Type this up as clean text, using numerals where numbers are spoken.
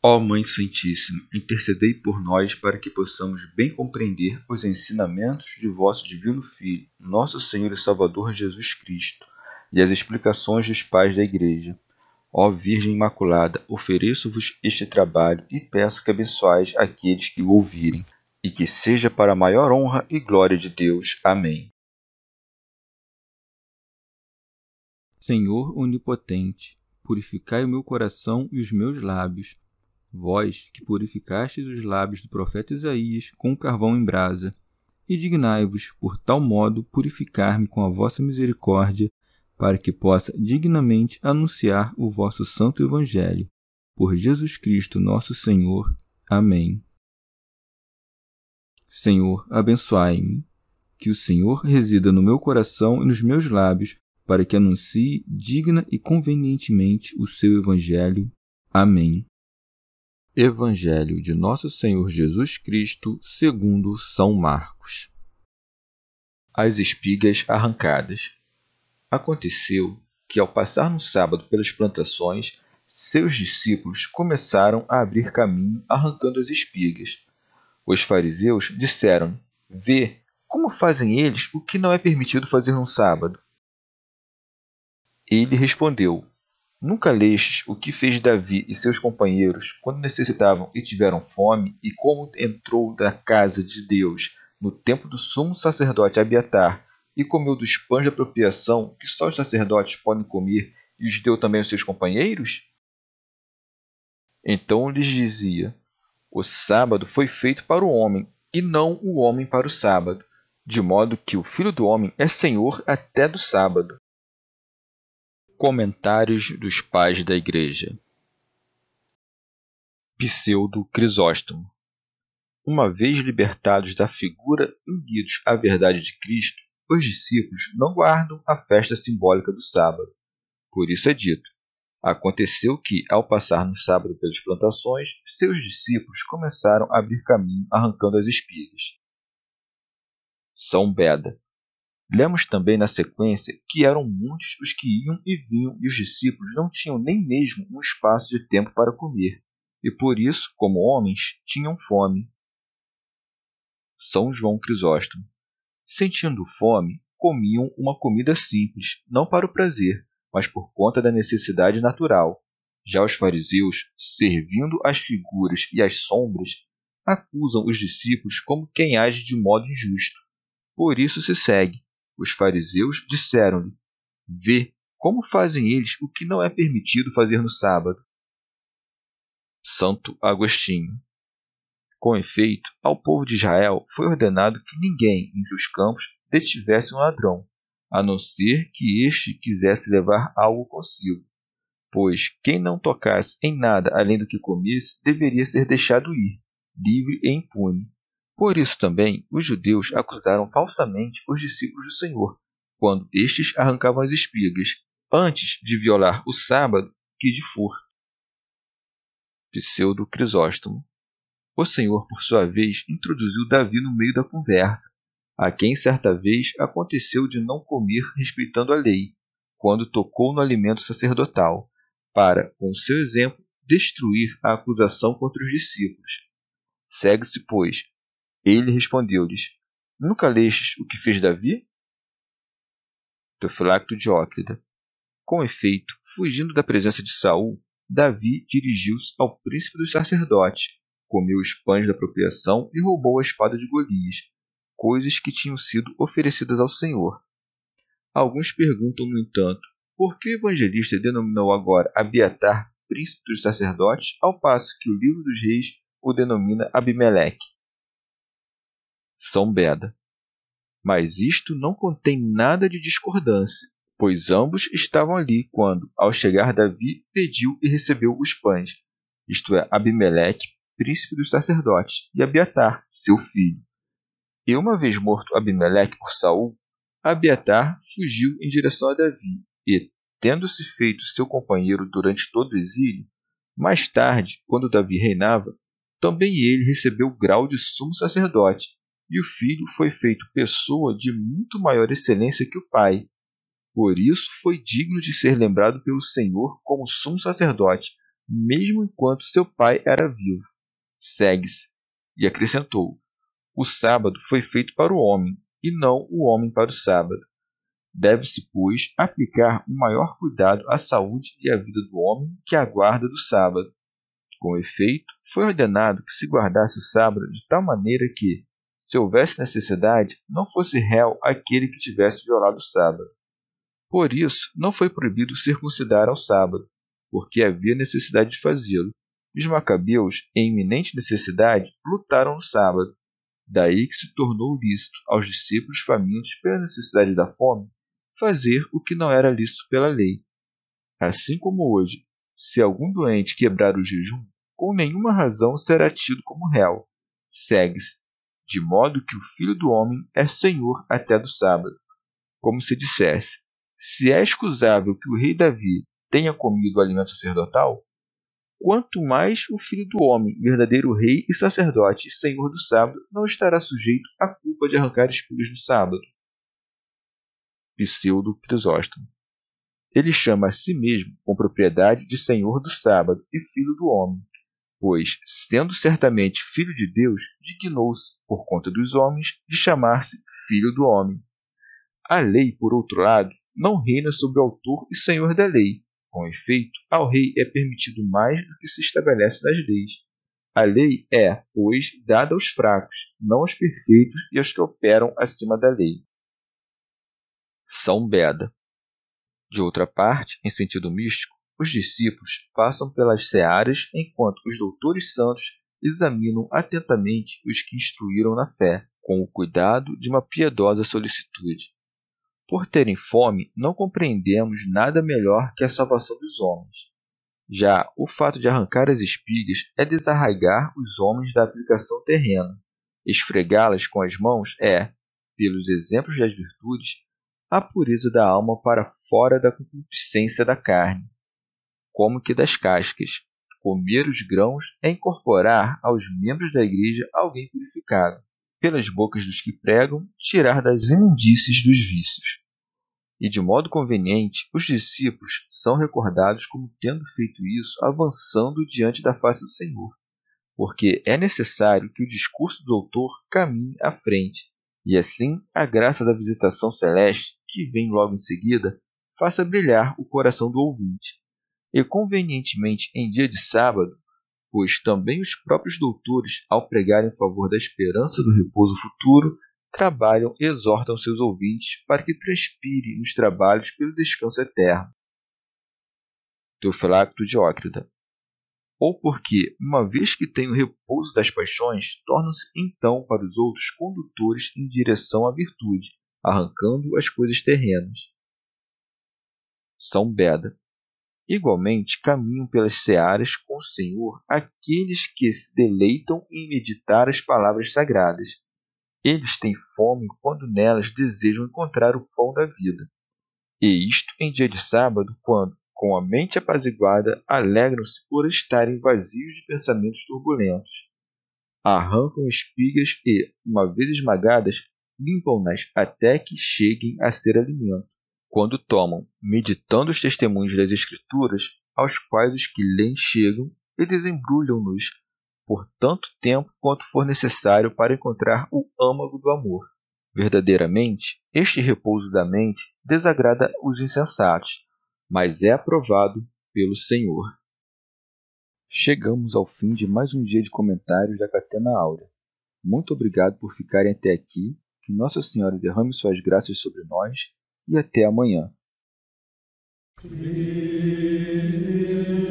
Ó Mãe Santíssima, intercedei por nós para que possamos bem compreender os ensinamentos de vosso Divino Filho, nosso Senhor e Salvador Jesus Cristo, e as explicações dos pais da Igreja. Ó Virgem Imaculada, ofereço-vos este trabalho e peço que abençoais aqueles que o ouvirem, e que seja para a maior honra e glória de Deus. Amém. Senhor onipotente, purificai o meu coração e os meus lábios. Vós, que purificastes os lábios do profeta Isaías com carvão em brasa, e dignai-vos, por tal modo, purificar-me com a vossa misericórdia, para que possa dignamente anunciar o vosso santo Evangelho. Por Jesus Cristo, nosso Senhor. Amém. Senhor, abençoai-me. Que o Senhor resida no meu coração e nos meus lábios, para que anuncie digna e convenientemente o seu Evangelho. Amém. Evangelho de Nosso Senhor Jesus Cristo, segundo São Marcos. As espigas arrancadas. Aconteceu que, ao passar no sábado pelas plantações, seus discípulos começaram a abrir caminho arrancando as espigas. Os fariseus disseram: Vê, como fazem eles o que não é permitido fazer no sábado. Ele respondeu: Nunca lestes o que fez Davi e seus companheiros quando necessitavam e tiveram fome, e como entrou na casa de Deus no tempo do sumo sacerdote Abiatar e comeu dos pães da propiação que só os sacerdotes podem comer, e os deu também aos seus companheiros? Então lhes dizia: O sábado foi feito para o homem, e não o homem para o sábado, de modo que o Filho do Homem é Senhor até do sábado. Comentários dos Pais da Igreja. Pseudo Crisóstomo. Uma vez libertados da figura e unidos à verdade de Cristo, os discípulos não guardam a festa simbólica do sábado. Por isso é dito: aconteceu que, ao passar no sábado pelas plantações, seus discípulos começaram a abrir caminho arrancando as espigas. São Beda. Lemos também na sequência que eram muitos os que iam e vinham, e os discípulos não tinham nem mesmo um espaço de tempo para comer, e por isso, como homens, tinham fome. São João Crisóstomo. Sentindo fome, comiam uma comida simples, não para o prazer, mas por conta da necessidade natural. Já os fariseus, servindo as figuras e as sombras, acusam os discípulos como quem age de modo injusto. Por isso se segue. Os fariseus disseram-lhe: Vê, como fazem eles o que não é permitido fazer no sábado. Santo Agostinho. Com efeito, ao povo de Israel foi ordenado que ninguém em seus campos detivesse um ladrão, a não ser que este quisesse levar algo consigo, pois quem não tocasse em nada além do que comesse deveria ser deixado ir, livre e impune. Por isso também os judeus acusaram falsamente os discípulos do Senhor, quando estes arrancavam as espigas, antes de violar o sábado, que de furto. Pseudo Crisóstomo. O Senhor, por sua vez, introduziu Davi no meio da conversa, a quem certa vez aconteceu de não comer respeitando a lei, quando tocou no alimento sacerdotal, para, com seu exemplo, destruir a acusação contra os discípulos. Segue-se, pois. Ele respondeu-lhes: Nunca lestes o que fez Davi? Teofilacto Diócrida. Com efeito, fugindo da presença de Saul, Davi dirigiu-se ao príncipe dos sacerdotes, comeu os pães da propiação e roubou a espada de Golias, coisas que tinham sido oferecidas ao Senhor. Alguns perguntam, no entanto, por que o evangelista denominou agora Abiatar príncipe dos sacerdotes, ao passo que o livro dos reis o denomina Abimeleque. São Beda. Mas isto não contém nada de discordância, pois ambos estavam ali quando, ao chegar Davi, pediu e recebeu os pães, isto é, Abimeleque, príncipe dos sacerdotes, e Abiatar, seu filho. E uma vez morto Abimeleque por Saul, Abiatar fugiu em direção a Davi, e, tendo-se feito seu companheiro durante todo o exílio, mais tarde, quando Davi reinava, também ele recebeu o grau de sumo sacerdote, e o filho foi feito pessoa de muito maior excelência que o pai. Por isso foi digno de ser lembrado pelo Senhor como sumo sacerdote, mesmo enquanto seu pai era vivo. Segue-se. E acrescentou: o sábado foi feito para o homem, e não o homem para o sábado. Deve-se, pois, aplicar um maior cuidado à saúde e à vida do homem que à guarda do sábado. Com efeito, foi ordenado que se guardasse o sábado de tal maneira que, se houvesse necessidade, não fosse réu aquele que tivesse violado o sábado. Por isso, não foi proibido circuncidar ao sábado, porque havia necessidade de fazê-lo. Os macabeus, em iminente necessidade, lutaram no sábado. Daí que se tornou lícito aos discípulos famintos pela necessidade da fome fazer o que não era lícito pela lei. Assim como hoje, se algum doente quebrar o jejum, com nenhuma razão será tido como réu. Segue-se, de modo que o Filho do Homem é Senhor até do sábado. Como se dissesse: se é excusável que o rei Davi tenha comido o alimento sacerdotal, quanto mais o Filho do Homem, verdadeiro rei e sacerdote e senhor do sábado, não estará sujeito à culpa de arrancar espigas no sábado. Pseudo Crisóstomo. Ele chama a si mesmo com propriedade de senhor do sábado e filho do homem, pois, sendo certamente filho de Deus, dignou-se, por conta dos homens, de chamar-se filho do homem. A lei, por outro lado, não reina sobre o autor e senhor da lei. Com efeito, ao rei é permitido mais do que se estabelece nas leis. A lei é, pois, dada aos fracos, não aos perfeitos e aos que operam acima da lei. São Beda. De outra parte, em sentido místico, os discípulos passam pelas searas enquanto os doutores santos examinam atentamente os que instruíram na fé, com o cuidado de uma piedosa solicitude. Por terem fome, não compreendemos nada melhor que a salvação dos homens. Já o fato de arrancar as espigas é desarraigar os homens da aplicação terrena. Esfregá-las com as mãos é, pelos exemplos das virtudes, a pureza da alma para fora da concupiscência da carne, como que das cascas. Comer os grãos é incorporar aos membros da igreja alguém purificado, pelas bocas dos que pregam, tirar das imundícies dos vícios. E de modo conveniente, os discípulos são recordados como tendo feito isso avançando diante da face do Senhor, porque é necessário que o discurso do autor caminhe à frente, e assim a graça da visitação celeste, que vem logo em seguida, faça brilhar o coração do ouvinte. E convenientemente em dia de sábado, pois também os próprios doutores, ao pregar em favor da esperança do repouso futuro, trabalham e exortam seus ouvintes para que transpirem nos trabalhos pelo descanso eterno. Teofilacto Diócrida. Ou porque, uma vez que têm o repouso das paixões, tornam-se então para os outros condutores em direção à virtude, arrancando as coisas terrenas. São Beda. Igualmente caminham pelas searas com o Senhor aqueles que se deleitam em meditar as palavras sagradas. Eles têm fome quando nelas desejam encontrar o pão da vida. E isto em dia de sábado, quando, com a mente apaziguada, alegram-se por estarem vazios de pensamentos turbulentos. Arrancam espigas e, uma vez esmagadas, limpam-nas até que cheguem a ser alimento. Quando tomam, meditando os testemunhos das Escrituras, aos quais os que leem chegam, e desembrulham-nos por tanto tempo quanto for necessário para encontrar o âmago do amor. Verdadeiramente, este repouso da mente desagrada os insensatos, mas é aprovado pelo Senhor. Chegamos ao fim de mais um dia de comentários da Catena Áurea. Muito obrigado por ficarem até aqui, que Nossa Senhora derrame suas graças sobre nós, e até amanhã.